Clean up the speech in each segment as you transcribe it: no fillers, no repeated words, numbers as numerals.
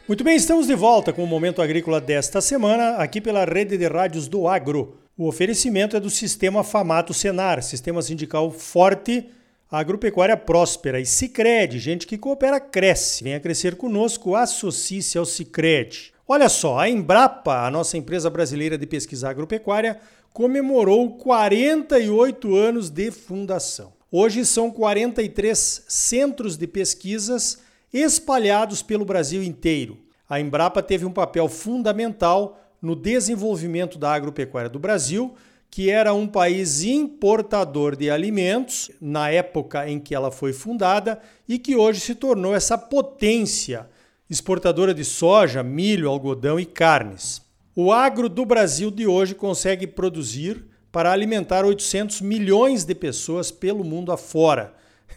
Muito bem, estamos de volta com o Momento Agrícola desta semana, aqui pela Rede de Rádios do Agro. O oferecimento é do Sistema Famato Senar, Sistema Sindical Forte, Agropecuária Próspera e Sicredi, gente que coopera cresce. Venha crescer conosco, associe-se ao Sicredi. Olha só, a Embrapa, a nossa empresa brasileira de pesquisa agropecuária, comemorou 48 anos de fundação. Hoje são 43 centros de pesquisas espalhados pelo Brasil inteiro. A Embrapa teve um papel fundamental no desenvolvimento da agropecuária do Brasil, que era um país importador de alimentos na época em que ela foi fundada e que hoje se tornou essa potência exportadora de soja, milho, algodão e carnes. O agro do Brasil de hoje consegue produzir para alimentar 800 milhões de pessoas pelo mundo afora.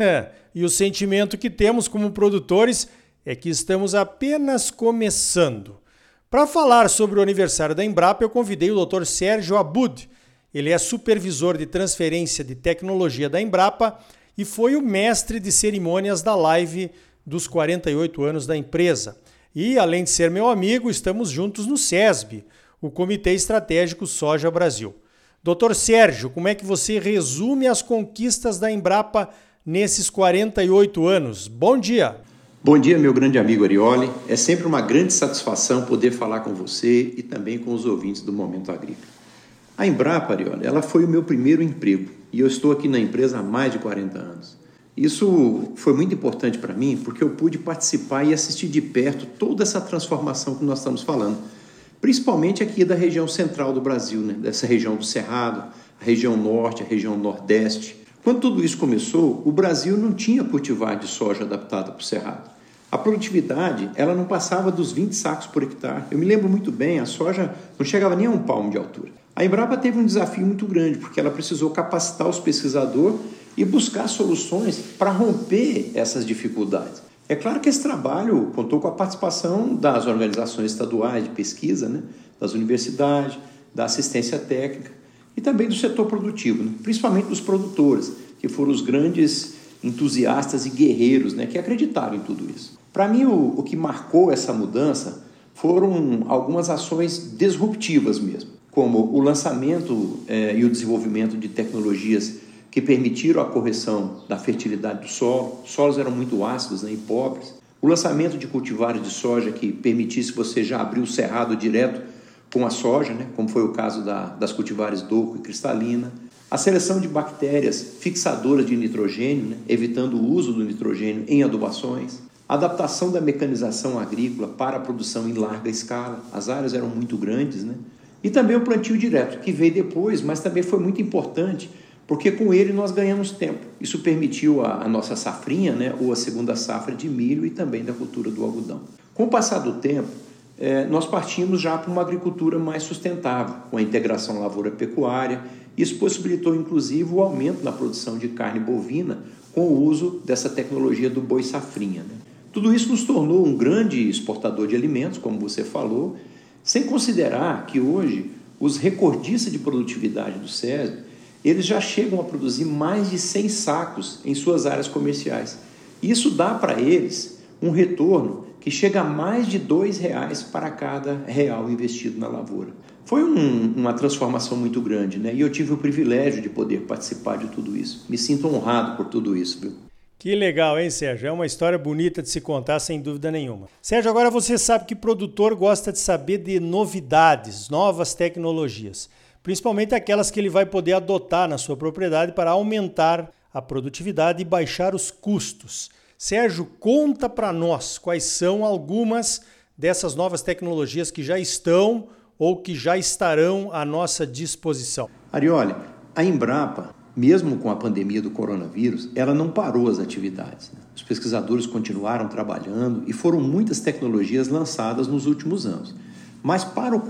E o sentimento que temos como produtores é que estamos apenas começando. Para falar sobre o aniversário da Embrapa, eu convidei o Dr. Sérgio Abud. Ele é supervisor de transferência de tecnologia da Embrapa e foi o mestre de cerimônias da live dos 48 anos da empresa. E, além de ser meu amigo, estamos juntos no SESB, o Comitê Estratégico Soja Brasil. Dr. Sérgio, como é que você resume as conquistas da Embrapa nesses 48 anos? Bom dia! Bom dia, meu grande amigo Arioli. É sempre uma grande satisfação poder falar com você e também com os ouvintes do Momento Agrícola. A Embrapa, Arioli, ela foi o meu primeiro emprego e eu estou aqui na empresa há mais de 40 anos. Isso foi muito importante para mim porque eu pude participar e assistir de perto toda essa transformação que nós estamos falando, principalmente aqui da região central do Brasil, né? Dessa região do Cerrado, a região norte, a região nordeste. Quando tudo isso começou, o Brasil não tinha cultivar de soja adaptada para o Cerrado. A produtividade, ela não passava dos 20 sacos por hectare. Eu me lembro muito bem, a soja não chegava nem a 1 palmo de altura. A Embrapa teve um desafio muito grande, porque ela precisou capacitar os pesquisadores e buscar soluções para romper essas dificuldades. É claro que esse trabalho contou com a participação das organizações estaduais de pesquisa, né? Das universidades, da assistência técnica e também do setor produtivo, né? Principalmente dos produtores, que foram os grandes entusiastas e guerreiros, né? Que acreditaram em tudo isso. Para mim, o que marcou essa mudança foram algumas ações disruptivas mesmo, como o lançamento e o desenvolvimento de tecnologias que permitiram a correção da fertilidade do solo. Os solos eram muito ácidos, né, e pobres. O lançamento de cultivares de soja que permitisse você já abrir o cerrado direto com a soja, né, como foi o caso das cultivares Dulco e Cristalina. A seleção de bactérias fixadoras de nitrogênio, né, evitando o uso do nitrogênio em adubações. A adaptação da mecanização agrícola para a produção em larga escala. As áreas eram muito grandes, né? E também o plantio direto, que veio depois, mas também foi muito importante, porque com ele nós ganhamos tempo. Isso permitiu a nossa safrinha, né, ou a segunda safra de milho e também da cultura do algodão. Com o passar do tempo, nós partimos já para uma agricultura mais sustentável, com a integração lavoura-pecuária. Isso possibilitou, inclusive, o aumento na produção de carne bovina com o uso dessa tecnologia do boi safrinha, né? Tudo isso nos tornou um grande exportador de alimentos, como você falou, sem considerar que hoje os recordistas de produtividade do SESB, eles já chegam a produzir mais de 100 sacos em suas áreas comerciais. Isso dá para eles um retorno que chega a mais de R$2 para cada real investido na lavoura. Foi uma transformação muito grande, né? E eu tive o privilégio de poder participar de tudo isso. Me sinto honrado por tudo isso, viu? Que legal, hein, Sérgio? É uma história bonita de se contar, sem dúvida nenhuma. Sérgio, agora você sabe que produtor gosta de saber de novidades, novas tecnologias, principalmente aquelas que ele vai poder adotar na sua propriedade para aumentar a produtividade e baixar os custos. Sérgio, conta para nós quais são algumas dessas novas tecnologias que já estão ou que já estarão à nossa disposição. Arioli, a Embrapa, mesmo com a pandemia do coronavírus, ela não parou as atividades, né? Os pesquisadores continuaram trabalhando e foram muitas tecnologias lançadas nos últimos anos. Mas para o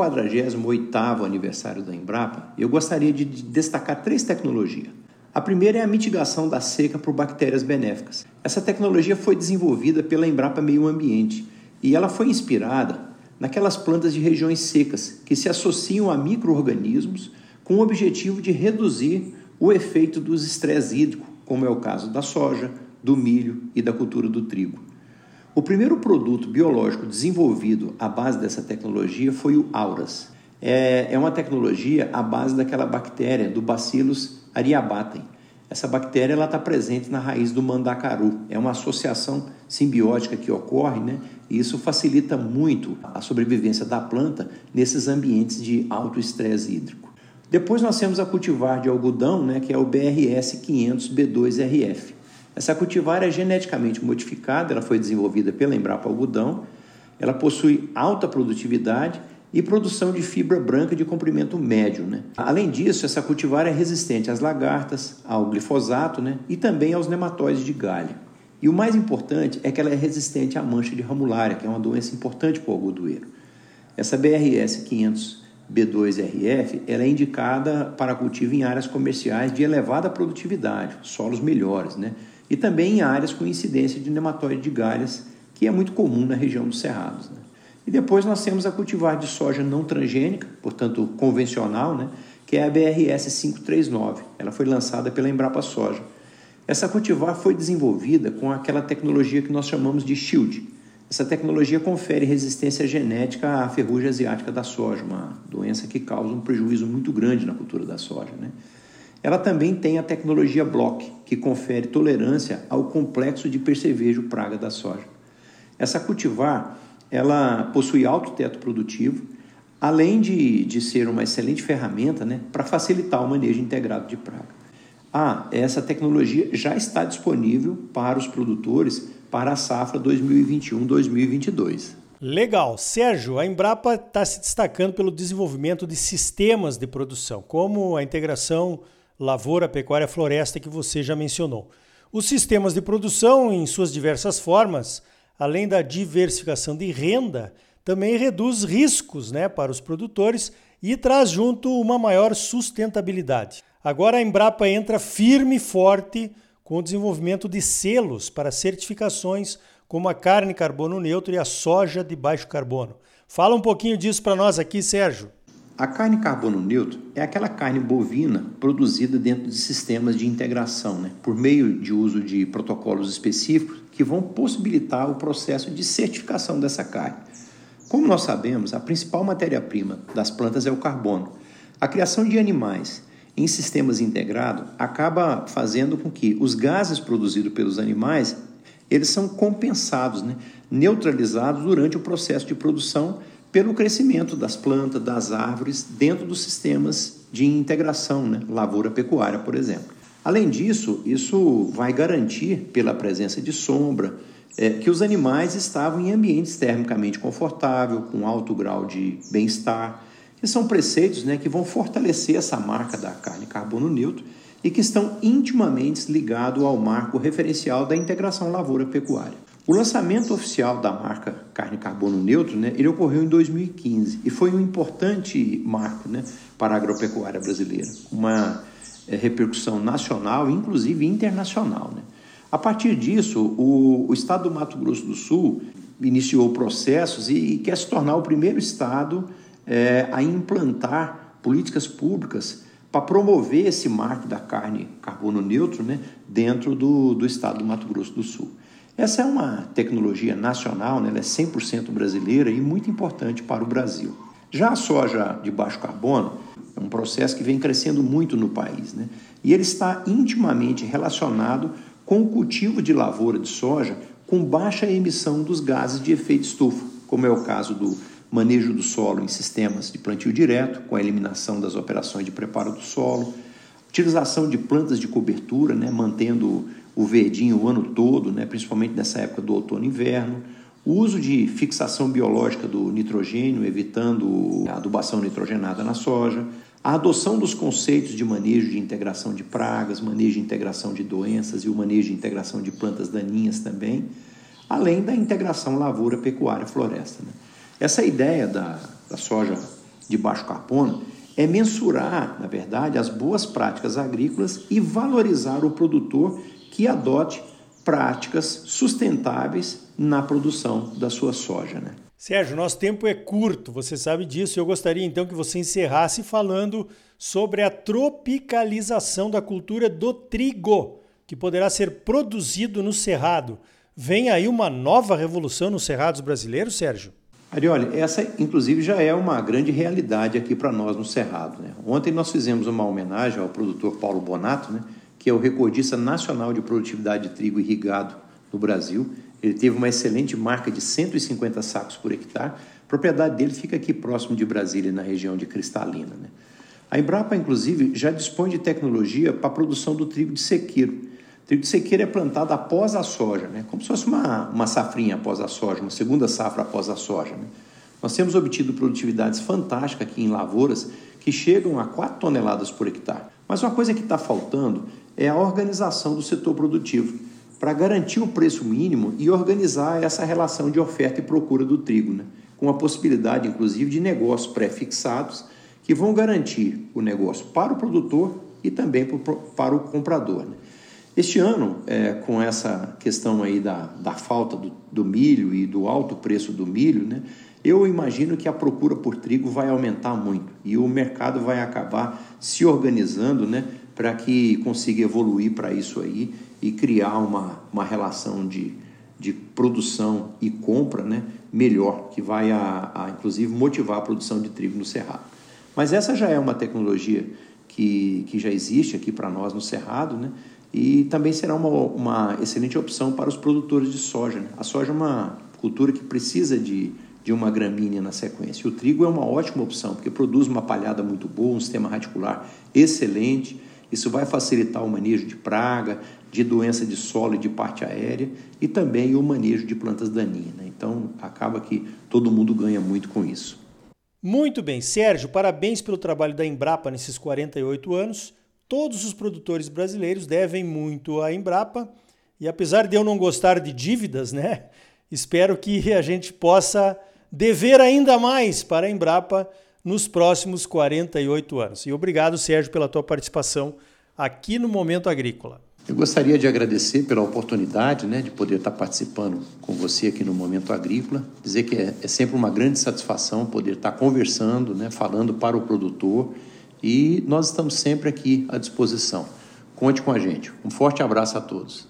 48º aniversário da Embrapa, eu gostaria de destacar 3 tecnologias. A primeira é a mitigação da seca por bactérias benéficas. Essa tecnologia foi desenvolvida pela Embrapa Meio Ambiente e ela foi inspirada naquelas plantas de regiões secas que se associam a micro-organismos com o objetivo de reduzir o efeito dos estresses hídricos, como é o caso da soja, do milho e da cultura do trigo. O primeiro produto biológico desenvolvido à base dessa tecnologia foi o Auras. É uma tecnologia à base daquela bactéria, do Bacillus aryabhattem. Essa bactéria está presente na raiz do mandacaru. É uma associação simbiótica que ocorre, né? E isso facilita muito a sobrevivência da planta nesses ambientes de alto estresse hídrico. Depois nós temos a cultivar de algodão, né, que é o BRS 500B2RF. Essa cultivar é geneticamente modificada, ela foi desenvolvida pela Embrapa Algodão, ela possui alta produtividade e produção de fibra branca de comprimento médio, né? Além disso, essa cultivar é resistente às lagartas, ao glifosato, né, e também aos nematóides de galho. E o mais importante é que ela é resistente à mancha de ramulária, que é uma doença importante para o algodoeiro. Essa BRS 500B2RF ela é indicada para cultivo em áreas comerciais de elevada produtividade, solos melhores, né? E também em áreas com incidência de nematóide de galhas, que é muito comum na região dos cerrados, né? E depois nós temos a cultivar de soja não transgênica, portanto convencional, né? Que é a BRS 539. Ela foi lançada pela Embrapa Soja. Essa cultivar foi desenvolvida com aquela tecnologia que nós chamamos de SHIELD. Essa tecnologia confere resistência genética à ferrugem asiática da soja, uma doença que causa um prejuízo muito grande na cultura da soja, né? Ela também tem a tecnologia BLOCK, que confere tolerância ao complexo de percevejo praga da soja. Essa cultivar, ela possui alto teto produtivo, além de ser uma excelente ferramenta, né, para facilitar o manejo integrado de praga. Essa tecnologia já está disponível para os produtores para a safra 2021-2022. Legal. Sérgio, a Embrapa está se destacando pelo desenvolvimento de sistemas de produção, como a integração lavoura, pecuária, floresta que você já mencionou. Os sistemas de produção, em suas diversas formas, além da diversificação de renda, também reduz riscos, né, para os produtores e traz junto uma maior sustentabilidade. Agora a Embrapa entra firme e forte com o desenvolvimento de selos para certificações como a carne carbono neutro e a soja de baixo carbono. Fala um pouquinho disso para nós aqui, Sérgio. A carne carbono neutro é aquela carne bovina produzida dentro de sistemas de integração, né, por meio de uso de protocolos específicos que vão possibilitar o processo de certificação dessa carne. Como nós sabemos, a principal matéria-prima das plantas é o carbono. A criação de animais em sistemas integrados acaba fazendo com que os gases produzidos pelos animais eles são compensados, né, neutralizados durante o processo de produção pelo crescimento das plantas, das árvores, dentro dos sistemas de integração, né? Lavoura-pecuária, por exemplo. Além disso, isso vai garantir, pela presença de sombra, que os animais estavam em ambientes termicamente confortáveis, com alto grau de bem-estar, que são preceitos, né, que vão fortalecer essa marca da carne carbono neutro e que estão intimamente ligados ao marco referencial da integração lavoura-pecuária. O lançamento oficial da marca carne carbono neutro, né, ele ocorreu em 2015 e foi um importante marco, né, para a agropecuária brasileira, uma repercussão nacional e inclusive internacional, né. A partir disso, o estado do Mato Grosso do Sul iniciou processos e quer se tornar o primeiro estado a implantar políticas públicas para promover esse marco da carne carbono neutro, né, dentro do estado do Mato Grosso do Sul. Essa é uma tecnologia nacional, né? Ela é 100% brasileira e muito importante para o Brasil. Já a soja de baixo carbono é um processo que vem crescendo muito no país, né? E ele está intimamente relacionado com o cultivo de lavoura de soja com baixa emissão dos gases de efeito estufa, como é o caso do manejo do solo em sistemas de plantio direto, com a eliminação das operações de preparo do solo, utilização de plantas de cobertura, né, mantendo o verdinho o ano todo, né, principalmente nessa época do outono e inverno, o uso de fixação biológica do nitrogênio, evitando a adubação nitrogenada na soja, a adoção dos conceitos de manejo de integração de pragas, manejo de integração de doenças e o manejo de integração de plantas daninhas também, além da integração lavoura-pecuária-floresta, né. Essa ideia da soja de baixo carbono é mensurar, na verdade, as boas práticas agrícolas e valorizar o produtor que adote práticas sustentáveis na produção da sua soja, né? Sérgio, nosso tempo é curto, você sabe disso. Eu gostaria então que você encerrasse falando sobre a tropicalização da cultura do trigo, que poderá ser produzido no Cerrado. Vem aí uma nova revolução nos cerrados brasileiros, Sérgio? Arioli, essa inclusive já é uma grande realidade aqui para nós no Cerrado, né? Ontem nós fizemos uma homenagem ao produtor Paulo Bonato, né, que é o recordista nacional de produtividade de trigo irrigado no Brasil. Ele teve uma excelente marca de 150 sacos por hectare. A propriedade dele fica aqui próximo de Brasília, na região de Cristalina, né? A Embrapa, inclusive, já dispõe de tecnologia para a produção do trigo de sequeiro. O trigo de sequeiro é plantado após a soja, né? Como se fosse uma safrinha após a soja, uma segunda safra após a soja, né? Nós temos obtido produtividades fantásticas aqui em lavouras que chegam a 4 toneladas por hectare. Mas uma coisa que está faltando é a organização do setor produtivo para garantir o preço mínimo e organizar essa relação de oferta e procura do trigo, né? Com a possibilidade, inclusive, de negócios pré-fixados que vão garantir o negócio para o produtor e também para o comprador, né? Este ano, com essa questão aí da falta do milho e do alto preço do milho, né, eu imagino que a procura por trigo vai aumentar muito e o mercado vai acabar se organizando, né, para que consiga evoluir para isso aí e criar uma relação de produção e compra, né, melhor, que vai, inclusive, motivar a produção de trigo no Cerrado. Mas essa já é uma tecnologia que já existe aqui para nós no Cerrado, né? E também será uma excelente opção para os produtores de soja, né? A soja é uma cultura que precisa de uma gramínea na sequência. O trigo é uma ótima opção, porque produz uma palhada muito boa, um sistema radicular excelente. Isso vai facilitar o manejo de praga, de doença de solo e de parte aérea e também o manejo de plantas daninhas, né? Então, acaba que todo mundo ganha muito com isso. Muito bem, Sérgio, parabéns pelo trabalho da Embrapa nesses 48 anos. Todos os produtores brasileiros devem muito à Embrapa e apesar de eu não gostar de dívidas, né, espero que a gente possa dever ainda mais para a Embrapa nos próximos 48 anos. E obrigado, Sérgio, pela tua participação aqui no Momento Agrícola. Eu gostaria de agradecer pela oportunidade, né, de poder estar participando com você aqui no Momento Agrícola, dizer que é sempre uma grande satisfação poder estar conversando, né, falando para o produtor. E nós estamos sempre aqui à disposição. Conte com a gente. Um forte abraço a todos.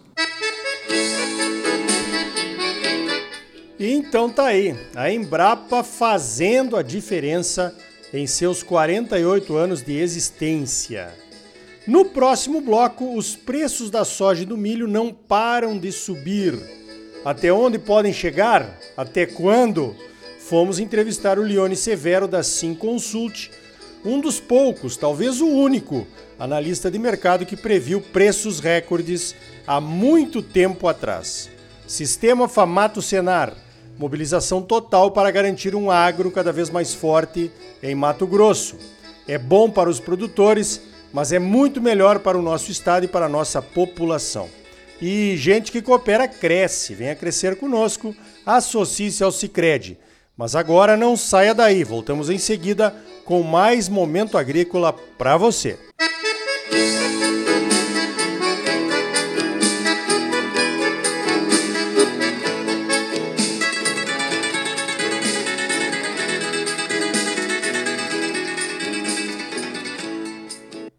Então tá aí, a Embrapa fazendo a diferença em seus 48 anos de existência. No próximo bloco, os preços da soja e do milho não param de subir. Até onde podem chegar? Até quando? Fomos entrevistar o Lione Severo da Simconsult, um dos poucos, talvez o único, analista de mercado que previu preços recordes há muito tempo atrás. Sistema Famato Senar, mobilização total para garantir um agro cada vez mais forte em Mato Grosso. É bom para os produtores, mas é muito melhor para o nosso estado e para a nossa população. E gente que coopera cresce, venha crescer conosco, associe-se ao Sicredi. Mas agora não saia daí, voltamos em seguida com mais Momento Agrícola para você.